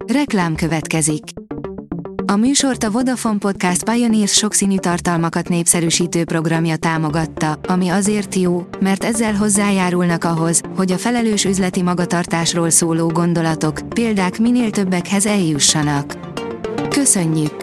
Reklám következik. A műsort a Vodafone Podcast Pioneers sokszínű tartalmakat népszerűsítő programja támogatta, ami azért jó, mert ezzel hozzájárulnak ahhoz, hogy a felelős üzleti magatartásról szóló gondolatok, példák minél többekhez eljussanak. Köszönjük!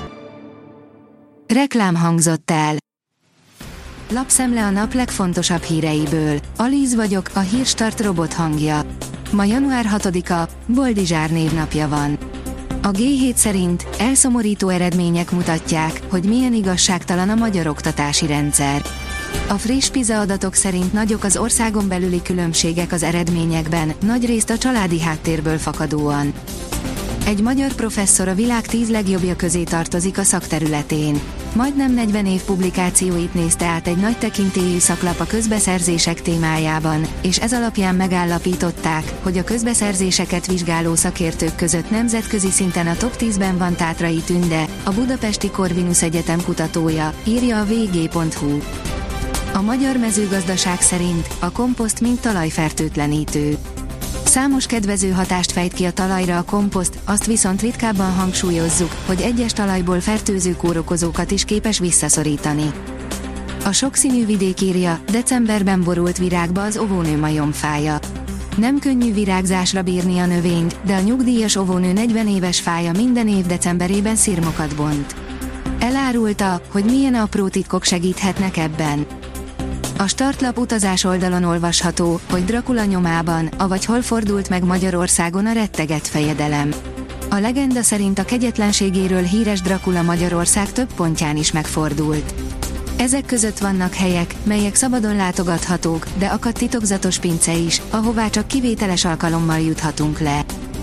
Reklám hangzott el. Lapszemle a nap legfontosabb híreiből. Alíz vagyok, a Hírstart robot hangja. Ma január 6-a, Boldizsár névnapja van. A G7 szerint elszomorító eredmények mutatják, hogy milyen igazságtalan a magyar oktatási rendszer. A friss PISA adatok szerint nagyok az országon belüli különbségek az eredményekben, nagyrészt a családi háttérből fakadóan. Egy magyar professzor a világ 10 legjobbja közé tartozik a szakterületén. Majdnem 40 év publikációit nézte át egy nagy tekintélyű szaklap a közbeszerzések témájában, és ez alapján megállapították, hogy a közbeszerzéseket vizsgáló szakértők között nemzetközi szinten a top 10-ben van Tátrai Tünde, a budapesti Corvinus Egyetem kutatója, írja a vg.hu. A magyar mezőgazdaság szerint a komposzt mint talajfertőtlenítő. Számos kedvező hatást fejt ki a talajra a komposzt, azt viszont ritkábban hangsúlyozzuk, hogy egyes talajból fertőző kórokozókat is képes visszaszorítani. A sokszínű vidék írja, decemberben borult virágba az óvónő majomfája. Nem könnyű virágzásra bírni a növényt, de a nyugdíjas óvónő 40 éves fája minden év decemberében szirmokat bont. Elárulta, hogy milyen apró titkok segíthetnek ebben. A startlap utazás oldalon olvasható, hogy Dracula nyomában, avagy hol fordult meg Magyarországon a rettegett fejedelem. A legenda szerint a kegyetlenségéről híres Dracula Magyarország több pontján is megfordult. Ezek között vannak helyek, melyek szabadon látogathatók, de akadt titokzatos pince is, ahová csak kivételes alkalommal juthatunk le.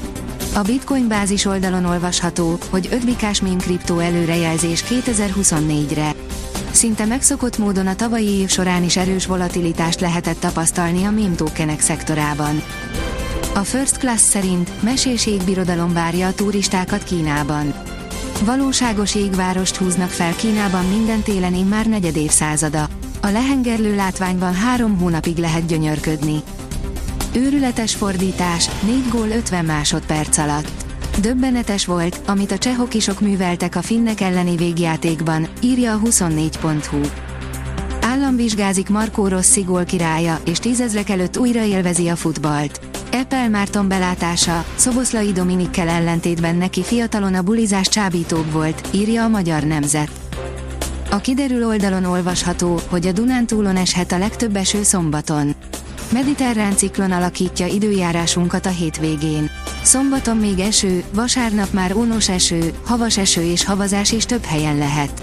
A Bitcoin bázis oldalon olvasható, hogy 5 bikás meme kriptó előrejelzés 2024-re. Szinte megszokott módon a tavalyi év során is erős volatilitást lehetett tapasztalni a meme tokenek szektorában. A First Class szerint mesés jégbirodalom várja a turistákat Kínában. Valóságos jégvárost húznak fel Kínában minden télen immár negyedévszázada. A lehengerlő látványban 3 hónapig lehet gyönyörködni. Őrületes fordítás, 4 gól 50 másodperc alatt. Döbbenetes volt, amit a csehokisok műveltek a finnek elleni végjátékban, írja a 24.hu. Államvizsgázik Marco Rossi gólkirálya, és tízezrek előtt újra élvezi a futballt. Eppel Márton belátása, Szoboszlai Dominikkel ellentétben neki fiatalon a bulizás csábítóbb volt, írja a Magyar Nemzet. A kiderül oldalon olvasható, hogy a Dunántúlon eshet a legtöbb eső szombaton. Mediterrán ciklon alakítja időjárásunkat a hétvégén. Szombaton még eső, vasárnap már ónos eső, havas eső és havazás is több helyen lehet.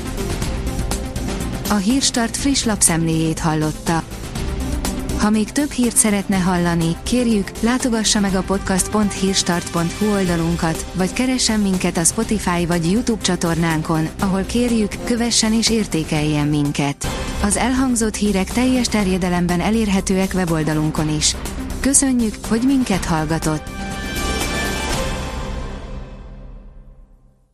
A Hírstart friss lapszemléjét hallotta. Ha még több hírt szeretne hallani, kérjük, látogassa meg a podcast.hírstart.hu oldalunkat, vagy keressen minket a Spotify vagy YouTube csatornánkon, ahol kérjük, kövessen és értékeljen minket. Az elhangzott hírek teljes terjedelemben elérhetőek weboldalunkon is. Köszönjük, hogy minket hallgatott!